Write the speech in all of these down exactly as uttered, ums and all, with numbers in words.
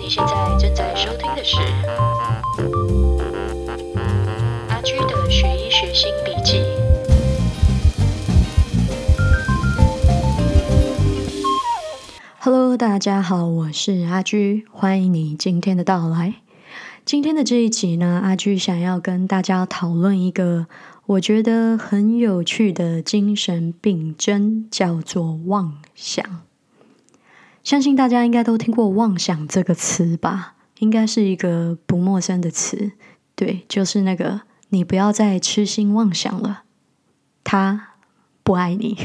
你现在正在收听的是阿居的学医学新笔记。Hello， 大家好，我是阿居，欢迎你今天的到来。今天的这一集呢，阿居想要跟大家讨论一个我觉得很有趣的精神病症，叫做妄想。相信大家应该都听过妄想这个词吧，应该是一个不陌生的词。对，就是那个你不要再痴心妄想了，他不爱你。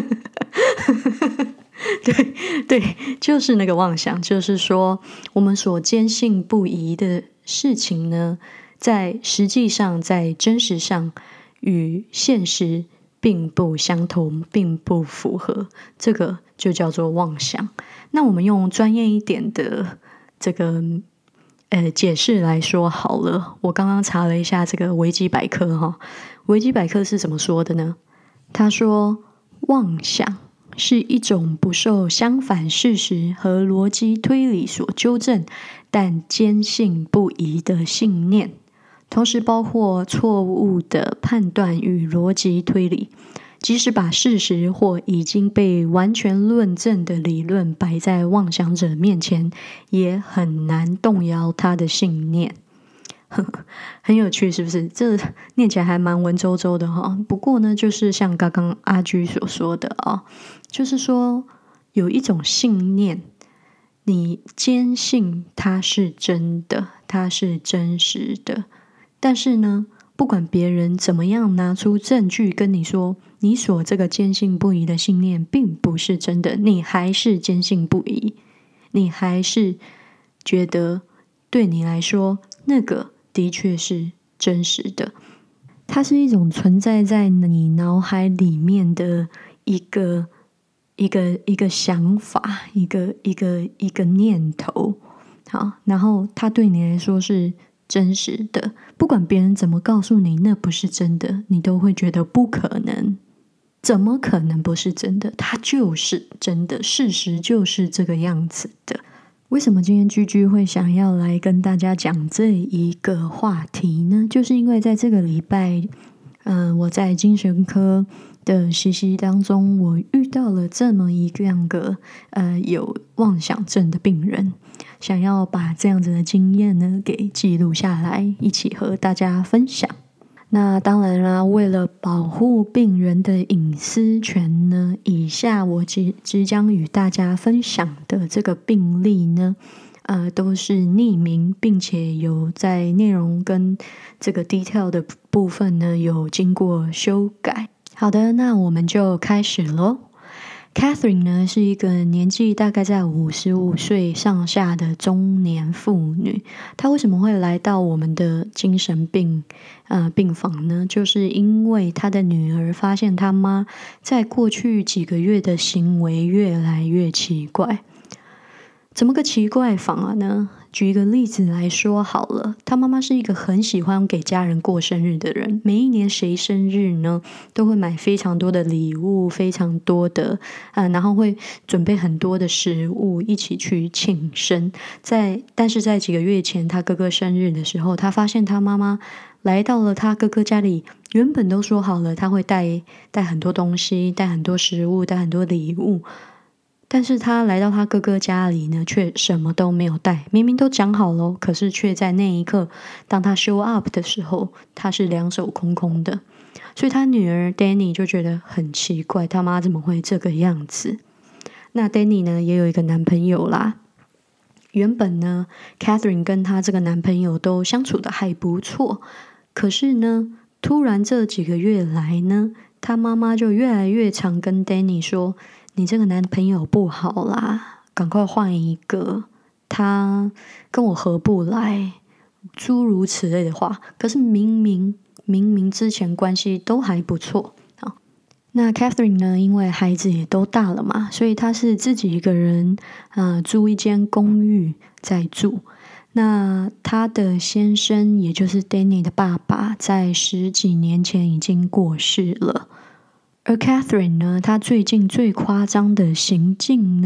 对对，就是那个妄想，就是说我们所坚信不疑的事情呢，在实际上在真实上与现实并不相同，并不符合，这个就叫做妄想。那我们用专业一点的这个呃解释来说好了，我刚刚查了一下这个维基百科哈，维基百科是怎么说的呢？他说，妄想是一种不受相反事实和逻辑推理所纠正，但坚信不疑的信念，同时包括错误的判断与逻辑推理。即使把事实或已经被完全论证的理论摆在妄想者面前，也很难动摇他的信念。很有趣是不是？这念起来还蛮文绉绉的哈。不过呢，就是像刚刚阿居所说的啊，就是说有一种信念，你坚信它是真的，它是真实的，但是呢，不管别人怎么样拿出证据跟你说，你所这个坚信不疑的信念并不是真的，你还是坚信不疑，你还是觉得对你来说那个的确是真实的。它是一种存在在你脑海里面的一个一个一个想法，一个一个一个念头，好，然后它对你来说是真实的，不管别人怎么告诉你那不是真的，你都会觉得不可能，怎么可能不是真的？它就是真的，事实就是这个样子的。为什么今天居居会想要来跟大家讲这一个话题呢？就是因为在这个礼拜，嗯、呃，我在精神科的实习当中，我遇到了这么一两个呃有妄想症的病人，想要把这样子的经验呢给记录下来，一起和大家分享。那当然啦，为了保护病人的隐私权呢，以下我即即将与大家分享的这个病例呢，呃，都是匿名，并且有在内容跟这个 detail 的部分呢有经过修改。好的，那我们就开始咯。Catherine 呢是一个年纪大概在五十五岁上下的中年妇女。她为什么会来到我们的精神病呃病房呢？就是因为她的女儿发现她妈在过去几个月的行为越来越奇怪。怎么个奇怪法呢？举一个例子来说好了，他妈妈是一个很喜欢给家人过生日的人，每一年谁生日呢，都会买非常多的礼物，非常多的啊，然后会准备很多的食物一起去庆生。在但是在几个月前，他哥哥生日的时候，他发现他妈妈来到了他哥哥家里，原本都说好了他会带带很多东西，带很多食物，带很多礼物。但是他来到他哥哥家里呢，却什么都没有带。明明都讲好了，可是却在那一刻，当他 show up 的时候，他是两手空空的。所以他女儿 Danny 就觉得很奇怪，他妈怎么会这个样子？那 Danny 呢，也有一个男朋友啦。原本呢 Catherine 跟她这个男朋友都相处的还不错，可是呢，突然这几个月来呢，他妈妈就越来越常跟 Danny 说，你这个男朋友不好啦，赶快换一个，他跟我合不来，诸如此类的话。可是明明明明之前关系都还不错。好，那 Catherine 呢，因为孩子也都大了嘛，所以她是自己一个人呃租一间公寓在住。那她的先生，也就是 Danny 的爸爸，在十几年前已经过世了。而 Catherine 呢，她最近最夸张的行径呢，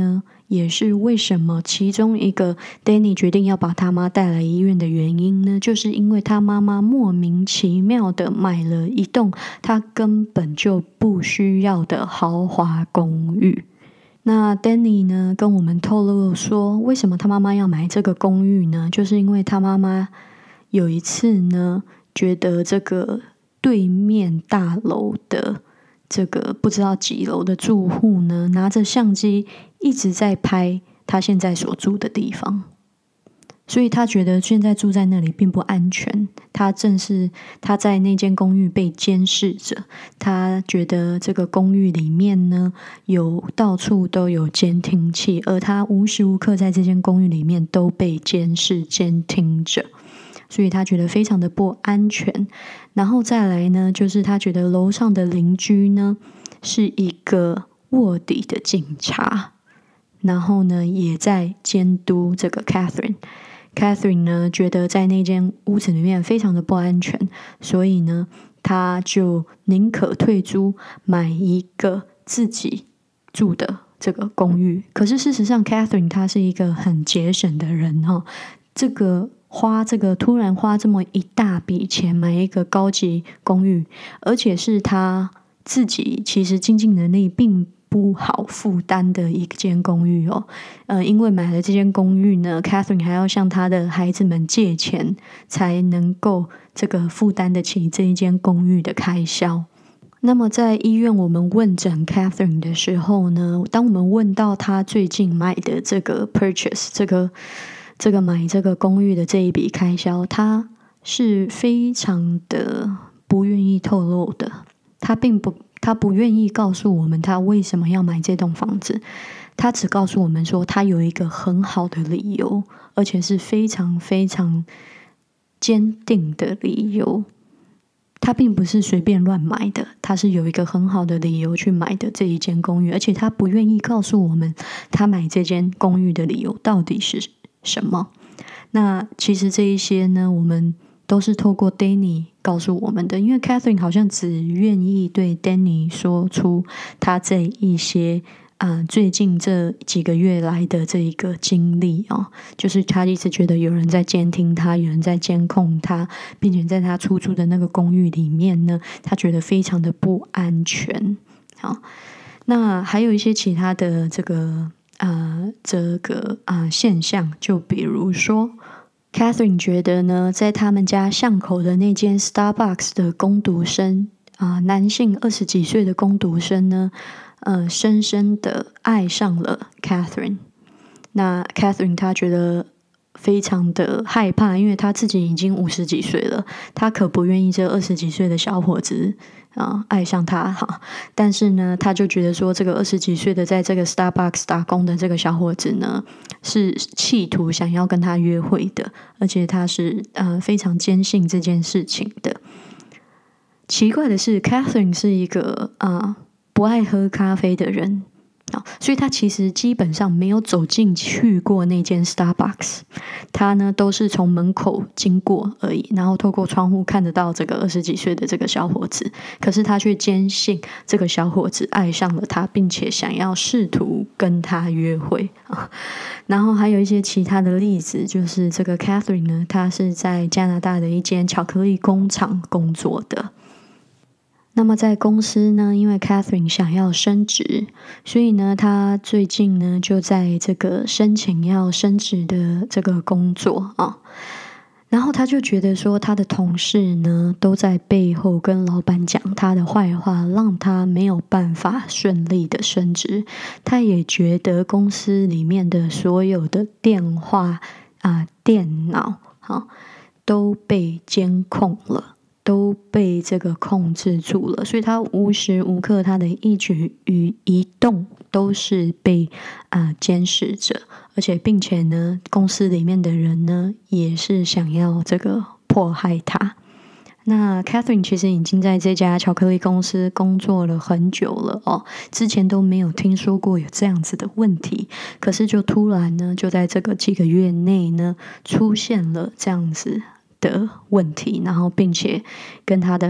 也是为什么其中一个 Danny 决定要把他妈带来医院的原因呢，就是因为他妈妈莫名其妙的买了一栋他根本就不需要的豪华公寓。那 Danny 呢跟我们透露说，为什么他妈妈要买这个公寓呢，就是因为他妈妈有一次呢觉得这个对面大楼的这个不知道几楼的住户呢，拿着相机一直在拍他现在所住的地方，所以他觉得现在住在那里并不安全。他正是他在那间公寓被监视着，他觉得这个公寓里面呢有到处都有监听器，而他无时无刻在这间公寓里面都被监视监听着，所以他觉得非常的不安全。然后再来呢，就是他觉得楼上的邻居呢是一个卧底的警察，然后呢也在监督这个 Catherine。 Catherine 呢觉得在那间屋子里面非常的不安全，所以呢他就宁可退租买一个自己住的这个公寓。可是事实上 Catherine 她是一个很节省的人哦，这个花这个突然花这么一大笔钱买一个高级公寓，而且是他自己其实经济能力并不好负担的一间公寓哦。呃，因为买了这间公寓呢 Catherine 还要向他的孩子们借钱才能够这个负担得起这一间公寓的开销。那么在医院我们问诊 Catherine 的时候呢，当我们问到他最近买的这个 purchase 这个这个买这个公寓的这一笔开销，他是非常的不愿意透露的。他并不他不愿意告诉我们他为什么要买这栋房子，他只告诉我们说他有一个很好的理由，而且是非常非常坚定的理由。他并不是随便乱买的，他是有一个很好的理由去买的这一间公寓，而且他不愿意告诉我们他买这间公寓的理由到底是什么。那其实这一些呢，我们都是透过 Danny 告诉我们的，因为 Catherine 好像只愿意对 Danny 说出他这一些啊，最近这几个月来的这一个经历哦，就是他一直觉得有人在监听他，有人在监控他，并且在他出租的那个公寓里面呢，他觉得非常的不安全。好，那还有一些其他的这个呃，这个啊、呃、现象，就比如说 Catherine 觉得呢，在他们家巷口的那间 Starbucks 的工读生啊、呃，男性二十几岁的工读生呢，呃，深深的爱上了 Catherine。那 Catherine 她觉得非常的害怕，因为她自己已经五十几岁了，她可不愿意这二十几岁的小伙子啊爱上她哈。但是呢，她就觉得说，这个二十几岁的在这个 Starbucks 打工的这个小伙子呢，是企图想要跟她约会的，而且她是呃非常坚信这件事情的。奇怪的是 ，Catherine 是一个啊。呃不爱喝咖啡的人，所以他其实基本上没有走进去过那间 Starbucks， 他呢都是从门口经过而已，然后透过窗户看得到这个二十几岁的这个小伙子，可是他却坚信这个小伙子爱上了他，并且想要试图跟他约会。然后还有一些其他的例子，就是这个 Catherine 呢，她是在加拿大的一间巧克力工厂工作的。那么在公司呢，因为 Catherine 想要升职，所以呢，她最近呢就在这个申请要升职的这个工作啊。然后她就觉得说，她的同事呢都在背后跟老板讲她的坏话，让她没有办法顺利的升职。她也觉得公司里面的所有的电话啊、电脑啊都被监控了。都被这个控制住了，所以他无时无刻他的一举一动都是被啊、呃、监视着，而且并且呢，公司里面的人呢也是想要这个迫害他。那 Catherine 其实已经在这家巧克力公司工作了很久了哦，之前都没有听说过有这样子的问题，可是就突然呢，就在这个几个月内呢，出现了这样子的问题，然后并且跟他的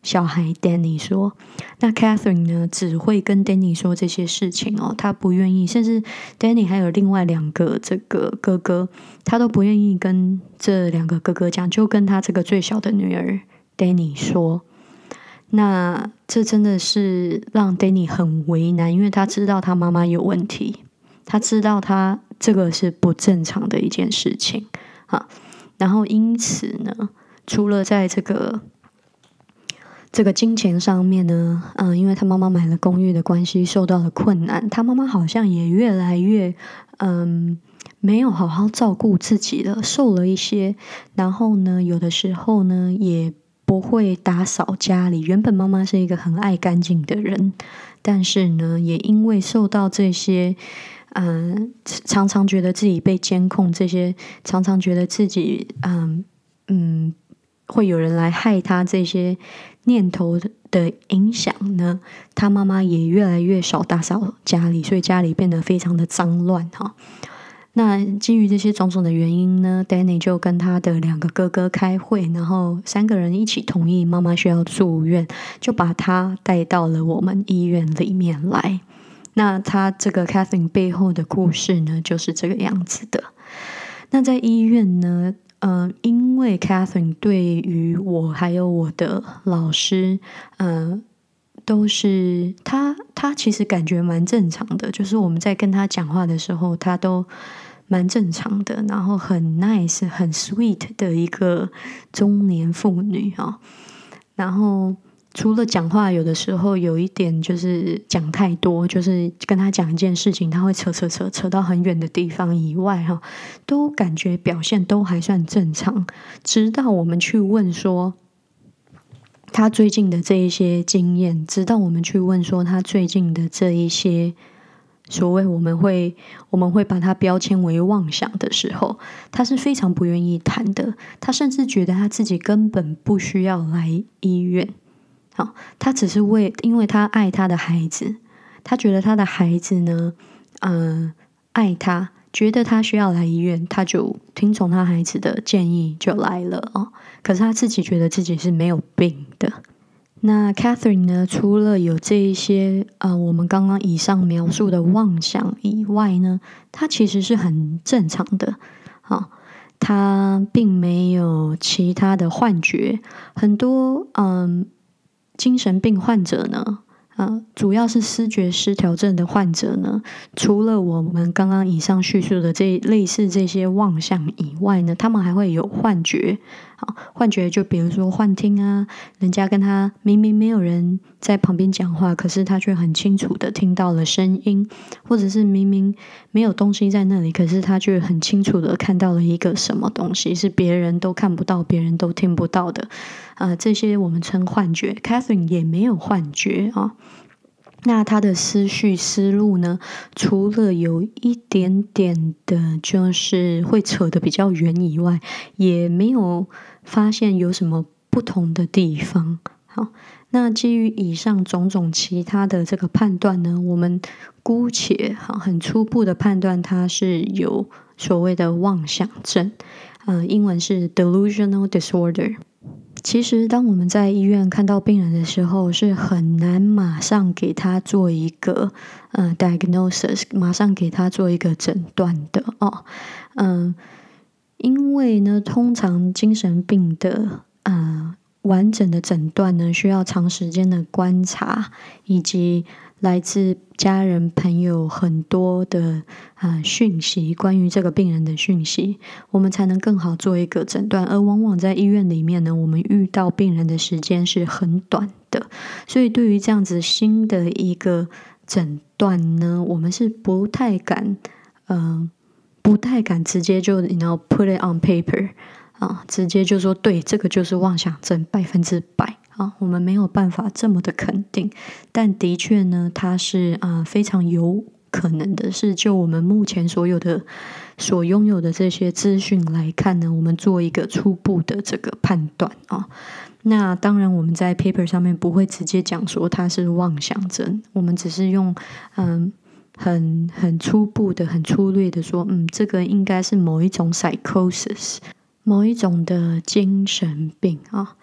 小孩 Danny 说。那 Catherine 呢，只会跟 Danny 说这些事情哦，她不愿意，甚至 Danny 还有另外两个这个哥哥，她都不愿意跟这两个哥哥讲，就跟她这个最小的女儿 Danny 说。那这真的是让 Danny 很为难，因为他知道他妈妈有问题，他知道他这个是不正常的一件事情啊。然后因此呢，除了在这个这个金钱上面呢，嗯，因为他妈妈买了公寓的关系受到了困难，他妈妈好像也越来越嗯没有好好照顾自己了，瘦了一些。然后呢，有的时候呢也不会打扫家里。原本妈妈是一个很爱干净的人，但是呢，也因为受到这些，嗯、呃，常常觉得自己被监控，这些常常觉得自己，嗯嗯，会有人来害他这些念头的影响呢，他妈妈也越来越少打扫家里，所以家里变得非常的脏乱哈。那基于这些种种的原因呢 Danny 就跟他的两个哥哥开会，然后三个人一起同意妈妈需要住院，就把他带到了我们医院里面来。那他这个 Catherine 背后的故事呢，就是这个样子的。那在医院呢，呃，因为 Catherine 对于我还有我的老师，呃都是他，他其实感觉蛮正常的，就是我们在跟他讲话的时候，他都蛮正常的，然后很 nice 很 sweet 的一个中年妇女啊。然后除了讲话有的时候有一点就是讲太多，就是跟他讲一件事情他会扯扯扯扯到很远的地方以外哈，都感觉表现都还算正常。直到我们去问说他最近的这一些经验，直到我们去问说他最近的这一些所谓我们会我们会把它标签为妄想的时候，他是非常不愿意谈的。他甚至觉得他自己根本不需要来医院，好，他只是为因为他爱他的孩子，他觉得他的孩子呢，呃，爱他，觉得他需要来医院，他就听从他孩子的建议就来了哦。可是他自己觉得自己是没有病的。那 Catherine 呢，除了有这一些呃我们刚刚以上描述的妄想以外呢，她其实是很正常的，哦，她并没有其他的幻觉。很多嗯精神病患者呢，呃，主要是思觉失调症的患者呢，除了我们刚刚以上叙述的这类似这些妄想以外呢，他们还会有幻觉。好，幻觉就比如说幻听啊，人家跟他明明没有人在旁边讲话，可是他却很清楚的听到了声音，或者是明明没有东西在那里，可是他却很清楚的看到了一个什么东西，是别人都看不到，别人都听不到的。呃，这些我们称幻觉。Catherine 也没有幻觉啊。那他的思绪思路呢，除了有一点点的就是会扯得比较远以外，也没有发现有什么不同的地方。好，那基于以上种种其他的这个判断呢，我们姑且好很初步的判断他是有所谓的妄想症，呃，英文是 delusional disorder。其实当我们在医院看到病人的时候，是很难马上给他做一个呃 diagnosis， 马上给他做一个诊断的哦。嗯、呃，因为呢，通常精神病的呃完整的诊断呢，需要长时间的观察，以及来自家人朋友很多的啊、呃、讯息，关于这个病人的讯息，我们才能更好做一个诊断。而往往在医院里面呢，我们遇到病人的时间是很短的，所以对于这样子新的一个诊断呢，我们是不太敢，嗯、呃，不太敢直接就你要 put it on paper 啊，直接就说对，这个就是妄想症，百分之百。啊，我们没有办法这么的肯定，但的确呢，它是啊、呃、非常有可能的是，就我们目前所有的所拥有的这些资讯来看呢，我们做一个初步的这个判断啊。那当然，我们在 paper 上面不会直接讲说它是妄想症，我们只是用嗯很很初步的、很粗略的说，嗯，这个应该是某一种 psychosis， 某一种的精神病啊。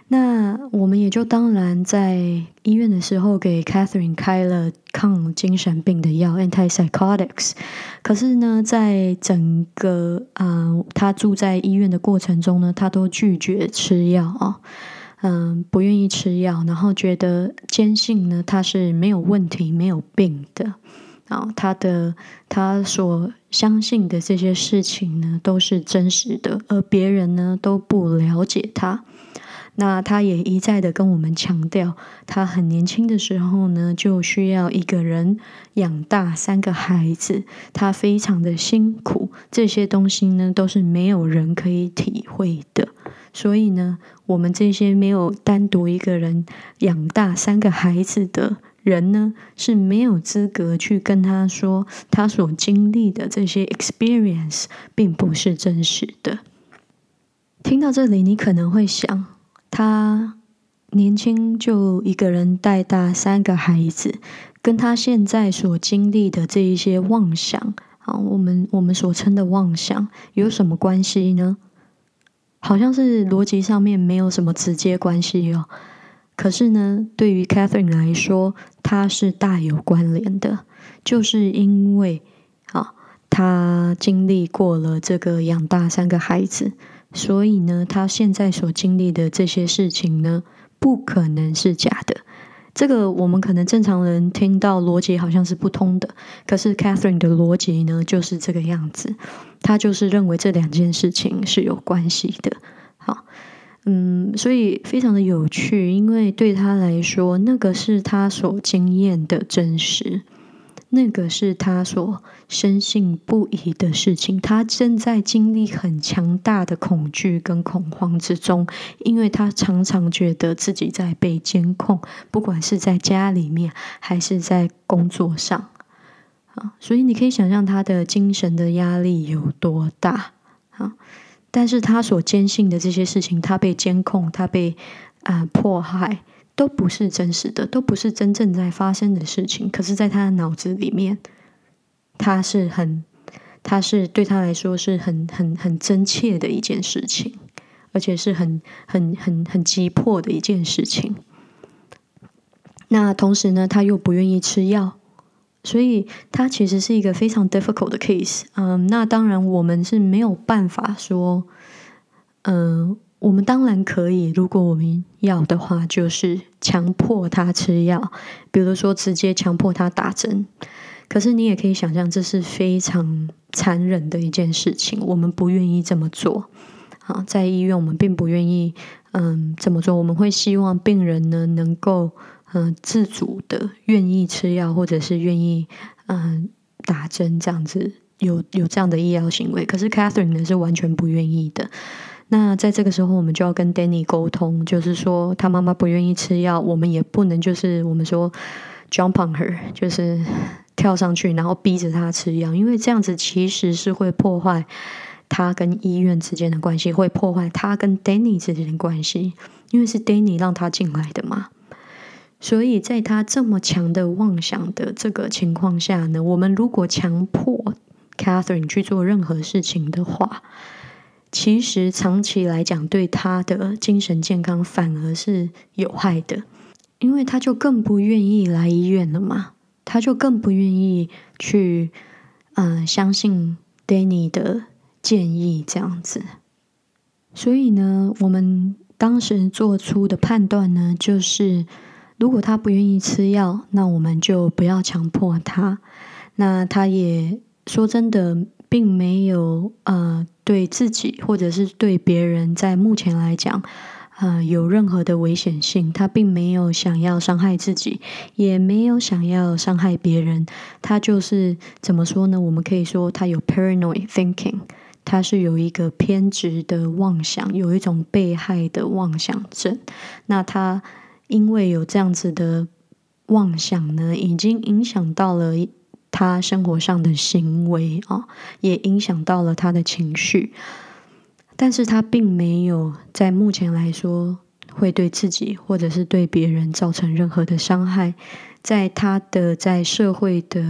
那我们也就当然在医院的时候给 Catherine 开了抗精神病的药 antipsychotics， 可是呢在整个呃他住在医院的过程中呢，他都拒绝吃药啊，嗯，不愿意吃药，然后觉得坚信呢他是没有问题没有病的啊，他的他所相信的这些事情呢都是真实的，而别人呢都不了解他。那他也一再的跟我们强调，他很年轻的时候呢，就需要一个人养大三个孩子，他非常的辛苦，这些东西呢都是没有人可以体会的。所以呢，我们这些没有单独一个人养大三个孩子的人呢，是没有资格去跟他说，他所经历的这些 experience 并不是真实的。听到这里，你可能会想，他年轻就一个人带大三个孩子，跟他现在所经历的这一些妄想啊，我们我们所称的妄想有什么关系呢？好像是逻辑上面没有什么直接关系哦。可是呢，对于 Catherine 来说，它是大有关联的，就是因为啊，他经历过了这个养大三个孩子，所以呢，他现在所经历的这些事情呢，不可能是假的。这个我们可能正常人听到逻辑好像是不通的，可是 Catherine 的逻辑呢，就是这个样子。他就是认为这两件事情是有关系的。好，嗯，所以非常的有趣，因为对他来说，那个是他所经验的真实。那个是他所深信不疑的事情，他正在经历很强大的恐惧跟恐慌之中，因为他常常觉得自己在被监控，不管是在家里面还是在工作上啊，所以你可以想象他的精神的压力有多大啊！但是他所坚信的这些事情，他被监控，他被啊、呃、迫害，都不是真实的，都不是真正在发生的事情。可是在他的脑子里面，他是很，他是对他来说是很很很真切的一件事情，而且是很很很很急迫的一件事情。那同时呢，他又不愿意吃药，所以他其实是一个非常 difficult 的 case。嗯，那当然我们是没有办法说，嗯。我们当然可以，如果我们要的话，就是强迫他吃药，比如说直接强迫他打针。可是你也可以想象，这是非常残忍的一件事情，我们不愿意这么做。啊，在医院我们并不愿意，嗯，这么做。我们会希望病人呢能够，嗯，自主的愿意吃药，或者是愿意，嗯，打针这样子，有有这样的医疗行为。可是 Catherine 呢是完全不愿意的。那在这个时候，我们就要跟 Danny 沟通，就是说他妈妈不愿意吃药，我们也不能就是我们说 jump on her， 就是跳上去，然后逼着他吃药，因为这样子其实是会破坏他跟医院之间的关系，会破坏他跟 Danny 之间的关系，因为是 Danny 让他进来的嘛。所以在他这么强的妄想的这个情况下呢，我们如果强迫 Catherine 去做任何事情的话，其实长期来讲对他的精神健康反而是有害的，因为他就更不愿意来医院了嘛，他就更不愿意去呃相信 Danny 的建议这样子。所以呢，我们当时做出的判断呢，就是如果他不愿意吃药，那我们就不要强迫他。那他也说真的并没有呃对自己或者是对别人在目前来讲呃有任何的危险性，他并没有想要伤害自己，也没有想要伤害别人。他就是怎么说呢，我们可以说他有 paranoid thinking， 他是有一个偏执的妄想，有一种被害的妄想症。那他因为有这样子的妄想呢，已经影响到了他生活上的行为啊，也影响到了他的情绪，但是他并没有在目前来说会对自己或者是对别人造成任何的伤害。在他的在社会的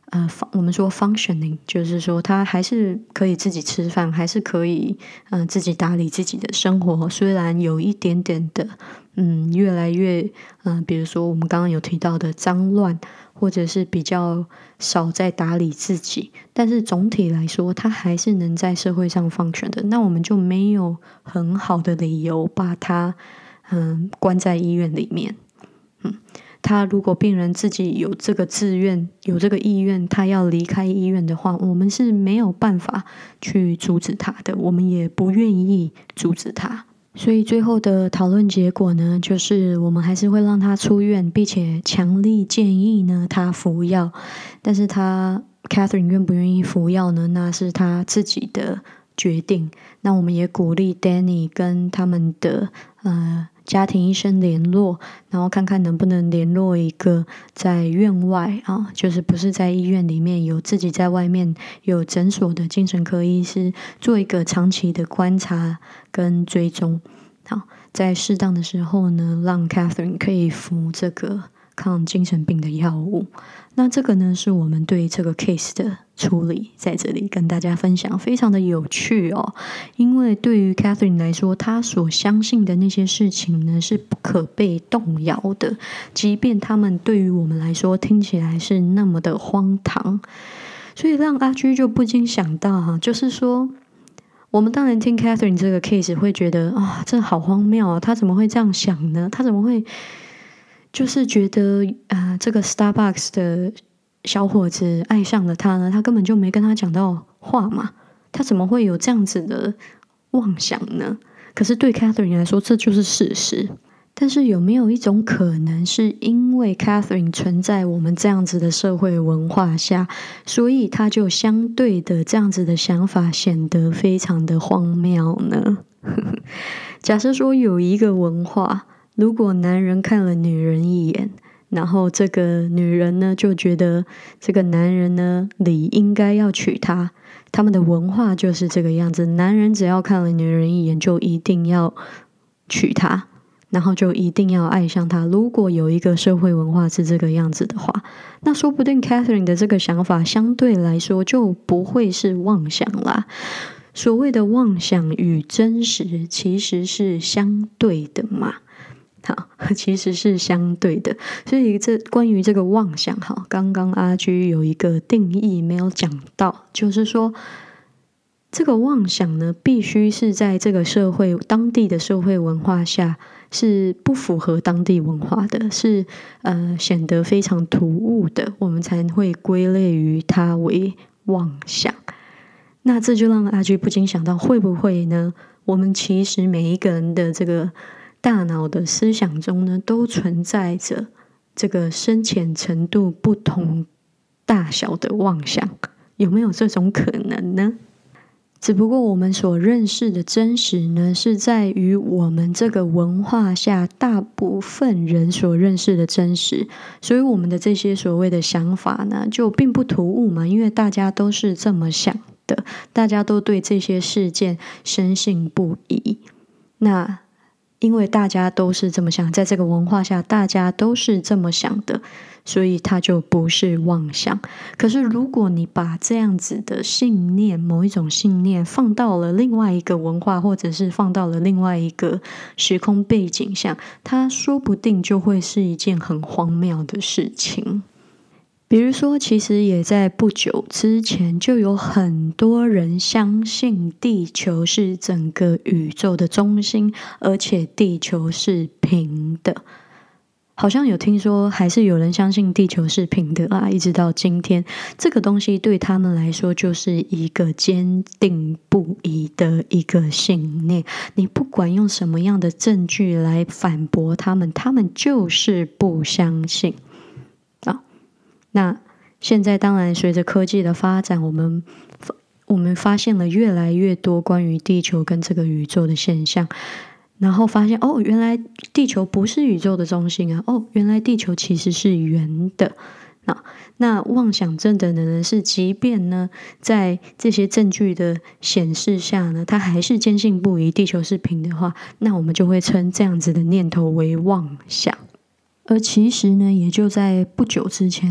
呃，我们说 functioning， 就是说他还是可以自己吃饭，还是可以嗯、呃、自己打理自己的生活，虽然有一点点的嗯越来越嗯、呃，比如说我们刚刚有提到的脏乱，或者是比较少在打理自己，但是总体来说他还是能在社会上 function 的，那我们就没有很好的理由把他嗯关在医院里面。嗯，他如果病人自己有这个自愿，有这个意愿，他要离开医院的话，我们是没有办法去阻止他的，我们也不愿意阻止他。所以最后的讨论结果呢，就是我们还是会让他出院，并且强力建议呢他服药。但是他 Catherine 愿不愿意服药呢？那是他自己的决定。那我们也鼓励 Danny 跟他们的呃家庭医生联络，然后看看能不能联络一个在院外啊，就是不是在医院里面，有自己在外面有诊所的精神科医师，做一个长期的观察跟追踪。好，在适当的时候呢，让 Catherine 可以服这个抗精神病的药物。那这个呢，是我们对这个 case 的处理，在这里跟大家分享，非常的有趣哦。因为对于 Catherine 来说，她所相信的那些事情呢，是不可被动摇的，即便他们对于我们来说听起来是那么的荒唐。所以让阿居就不禁想到哈、啊，就是说，我们当然听 Catherine 这个 case 会觉得啊、哦，这好荒谬啊，他怎么会这样想呢？他怎么会？就是觉得啊、呃，这个 Starbucks 的小伙子爱上了他呢，他根本就没跟他讲到话嘛，他怎么会有这样子的妄想呢？可是对 Catherine 来说，这就是事实。但是有没有一种可能，是因为 Catherine 存在我们这样子的社会文化下，所以他就相对的这样子的想法显得非常的荒谬呢？假设说有一个文化，如果男人看了女人一眼，然后这个女人呢就觉得这个男人呢理应该要娶她，他们的文化就是这个样子，男人只要看了女人一眼就一定要娶她，然后就一定要爱上她。如果有一个社会文化是这个样子的话，那说不定 Catherine 的这个想法相对来说就不会是妄想啦。所谓的妄想与真实其实是相对的嘛。好，其实是相对的，所以这关于这个妄想，哈，刚刚阿居有一个定义没有讲到，就是说，这个妄想呢，必须是在这个社会当地的社会文化下是不符合当地文化的，是呃显得非常突兀的，我们才会归类于它为妄想。那这就让阿居不禁想到，会不会呢？我们其实每一个人的这个大脑的思想中呢，都存在着这个深浅程度不同大小的妄想，有没有这种可能呢？只不过我们所认识的真实呢，是在于我们这个文化下大部分人所认识的真实，所以我们的这些所谓的想法呢，就并不突兀嘛，因为大家都是这么想的，大家都对这些事件深信不疑。那因为大家都是这么想，在这个文化下大家都是这么想的，所以它就不是妄想。可是如果你把这样子的信念，某一种信念放到了另外一个文化，或者是放到了另外一个时空背景下，它说不定就会是一件很荒谬的事情。比如说，其实也在不久之前，就有很多人相信地球是整个宇宙的中心，而且地球是平的。好像有听说，还是有人相信地球是平的啦，一直到今天，这个东西对他们来说就是一个坚定不移的一个信念。你不管用什么样的证据来反驳他们，他们就是不相信。那现在当然随着科技的发展，我们我们发现了越来越多关于地球跟这个宇宙的现象，然后发现哦，原来地球不是宇宙的中心啊，哦，原来地球其实是圆的。那那妄想症的人是，即便呢在这些证据的显示下呢，他还是坚信不疑地球是平的话，那我们就会称这样子的念头为妄想。而其实呢，也就在不久之前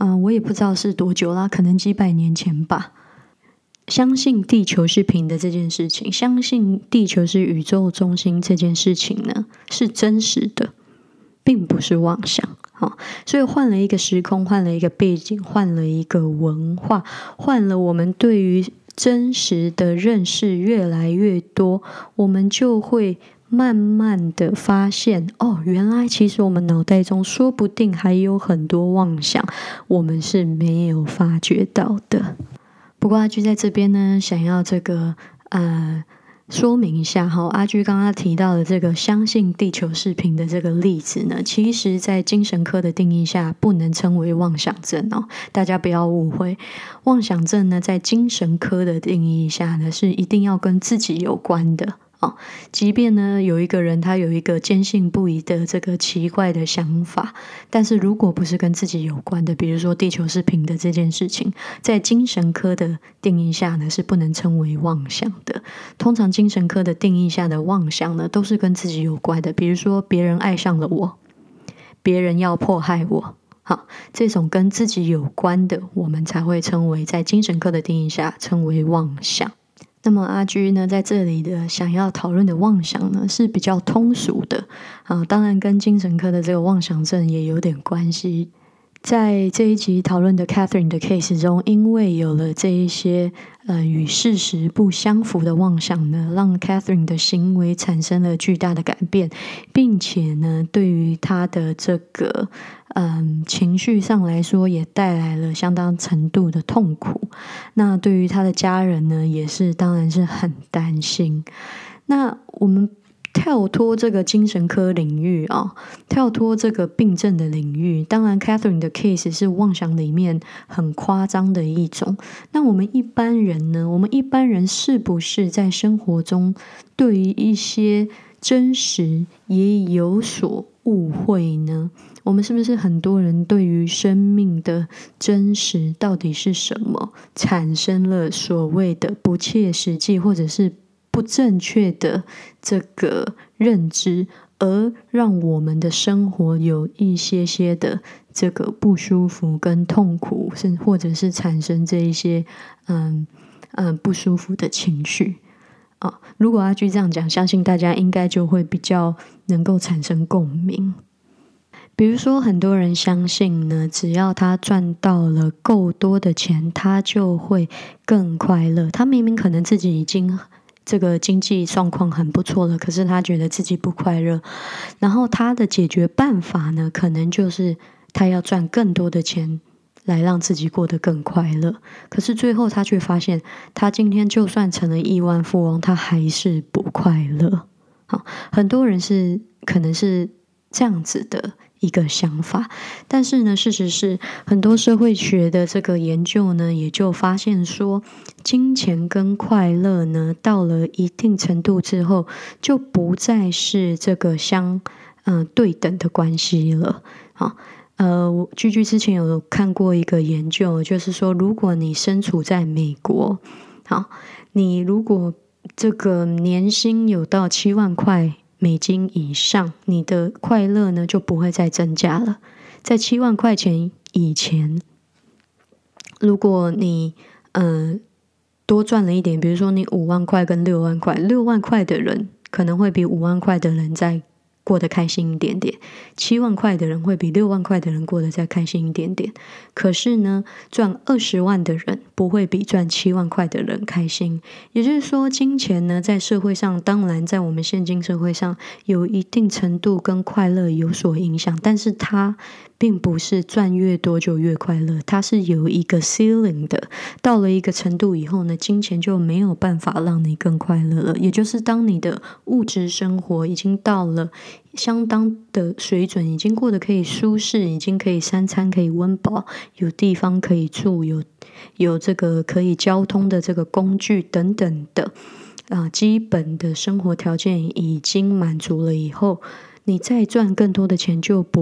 呃，我也不知道是多久啦，可能几百年前吧。相信地球是平的这件事情，相信地球是宇宙中心这件事情呢，是真实的，并不是妄想。哦，所以换了一个时空，换了一个背景，换了一个文化，换了我们对于真实的认识越来越多，我们就会慢慢的发现，哦，原来其实我们脑袋中说不定还有很多妄想，我们是没有发觉到的。不过阿居在这边呢，想要这个呃说明一下哈，阿居刚刚提到的这个相信地球是平的这个例子呢，其实在精神科的定义下不能称为妄想症哦，大家不要误会。妄想症呢，在精神科的定义下呢，是一定要跟自己有关的。哦，即便呢有一个人他有一个坚信不疑的这个奇怪的想法，但是如果不是跟自己有关的，比如说地球是平的这件事情，在精神科的定义下呢是不能称为妄想的。通常精神科的定义下的妄想呢都是跟自己有关的，比如说别人爱上了我，别人要迫害我，好，这种跟自己有关的，我们才会称为在精神科的定义下称为妄想。那么阿居呢，在这里的想要讨论的妄想呢，是比较通俗的啊，当然跟精神科的这个妄想症也有点关系。在这一集讨论的 Catherine 的 case 中，因为有了这一些呃与事实不相符的妄想呢，让 Catherine 的行为产生了巨大的改变，并且呢，对于她的这个嗯情绪上来说，也带来了相当程度的痛苦。那对于她的家人呢，也是当然是很担心。那我们跳脱这个精神科领域啊、哦，跳脱这个病症的领域，当然 Catherine 的 case 是妄想里面很夸张的一种。那我们一般人呢？我们一般人是不是在生活中对于一些真实也有所误会呢？我们是不是很多人对于生命的真实到底是什么，产生了所谓的不切实际或者是不正确的这个认知，而让我们的生活有一些些的这个不舒服跟痛苦，甚或者是产生这一些嗯嗯不舒服的情绪啊。如果阿居这样讲，相信大家应该就会比较能够产生共鸣。比如说很多人相信呢，只要他赚到了够多的钱，他就会更快乐。他明明可能自己已经这个经济状况很不错了，可是他觉得自己不快乐，然后他的解决办法呢，可能就是他要赚更多的钱来让自己过得更快乐。可是最后他却发现，他今天就算成了亿万富翁，他还是不快乐。好，很多人是可能是这样子的一个想法，但是呢，事实是很多社会学的这个研究呢，也就发现说，金钱跟快乐呢，到了一定程度之后，就不再是这个相嗯、呃、对等的关系了。好，呃，我居居之前有看过一个研究，就是说，如果你身处在美国，好，你如果这个年薪有到七万块美金以上，你的快乐呢就不会再增加了。在七万块钱以前，如果你呃多赚了一点，比如说你五万块跟六万块，六万块的人可能会比五万块的人再过得开心一点点，七万块的人会比六万块的人过得再开心一点点。可是呢，赚二十万的人不会比赚七万块的人开心。也就是说，金钱呢，在社会上，当然在我们现今社会上，有一定程度跟快乐有所影响，但是它并不是赚越多就越快乐，它是有一个 ceiling 的。到了一个程度以后呢，金钱就没有办法让你更快乐了。也就是当你的物质生活已经到了相当的水准，已经过得可以舒适，已经可以三餐可以温饱，有地方可以住，有有这个可以交通的这个工具等等的啊，基本的生活条件已经满足了以后，你再赚更多的钱就不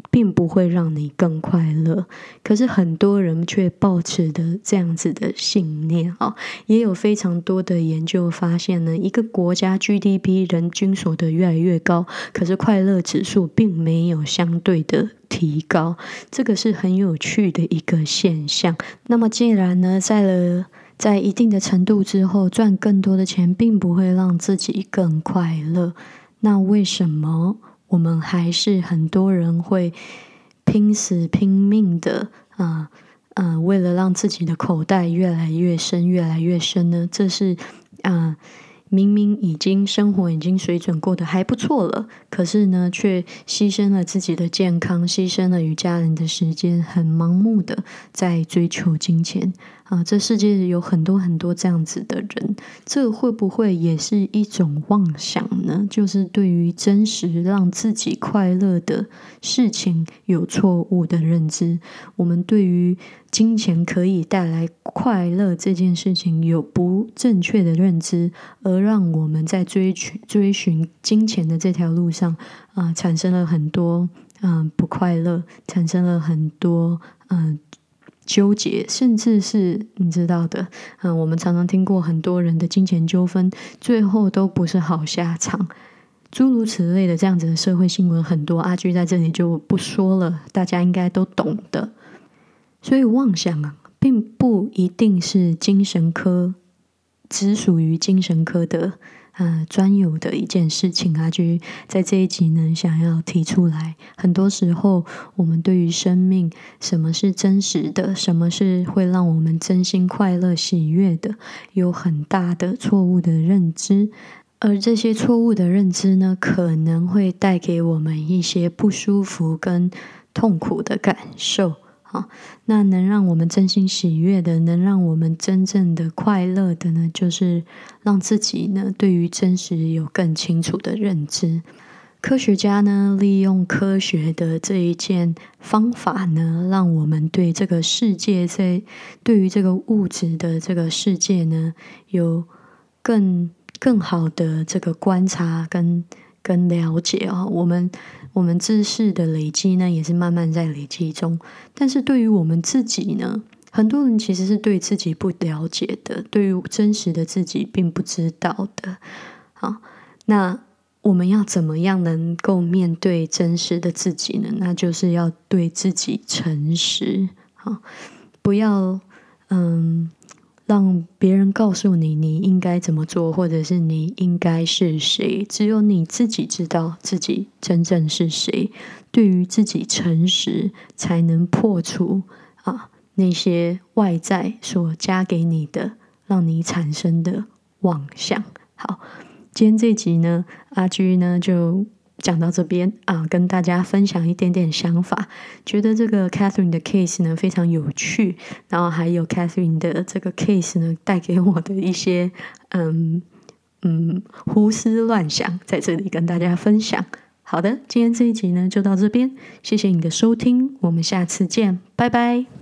并不会让你更快乐。可是很多人却抱持的这样子的信念啊，也有非常多的研究发现呢，一个国家 G D P 人均所得越来越高，可是快乐指数并没有相对的提高，这个是很有趣的一个现象。那么既然呢，在了在一定的程度之后，赚更多的钱并不会让自己更快乐，那为什么我们还是很多人会拼死拼命的啊、呃呃，为了让自己的口袋越来越深越来越深呢？这是啊、呃，明明已经生活已经水准过得还不错了，可是呢却牺牲了自己的健康，牺牲了与家人的时间，很盲目的在追求金钱啊！这世界有很多很多这样子的人，这会不会也是一种妄想呢？就是对于真实让自己快乐的事情有错误的认知，我们对于金钱可以带来快乐这件事情有不正确的认知，而让我们在追寻追寻金钱的这条路上啊、呃，产生了很多嗯、呃、不快乐，产生了很多嗯。呃纠结，甚至是你知道的，嗯，我们常常听过很多人的金钱纠纷，最后都不是好下场，诸如此类的这样子的社会新闻很多，阿居在这里就不说了，大家应该都懂的。所以妄想啊，并不一定是精神科，只属于精神科的呃，专有的一件事情啊，就在这一集呢，想要提出来。很多时候，我们对于生命，什么是真实的，什么是会让我们真心快乐、喜悦的，有很大的错误的认知。而这些错误的认知呢，可能会带给我们一些不舒服跟痛苦的感受。好，那能让我们真心喜悦的，能让我们真正的快乐的呢，就是让自己呢对于真实有更清楚的认知。科学家呢利用科学的这一件方法呢，让我们对这个世界，在对于这个物质的这个世界呢，有更更好的这个观察跟跟了解啊、哦。我们我们知识的累积呢，也是慢慢在累积中。但是对于我们自己呢，很多人其实是对自己不了解的，对于真实的自己并不知道的。好，那我们要怎么样能够面对真实的自己呢？那就是要对自己诚实。好，不要嗯。让别人告诉你你应该怎么做，或者是你应该是谁，只有你自己知道自己真正是谁。对于自己诚实，才能破除啊那些外在所加给你的，让你产生的妄想。好，今天这集呢，阿居呢就讲到这边啊，跟大家分享一点点想法，觉得这个 Catherine 的 case 呢非常有趣，然后还有 Catherine 的这个 case 呢带给我的一些嗯嗯胡思乱想，在这里跟大家分享。好的，今天这一集呢就到这边，谢谢你的收听，我们下次见，拜拜。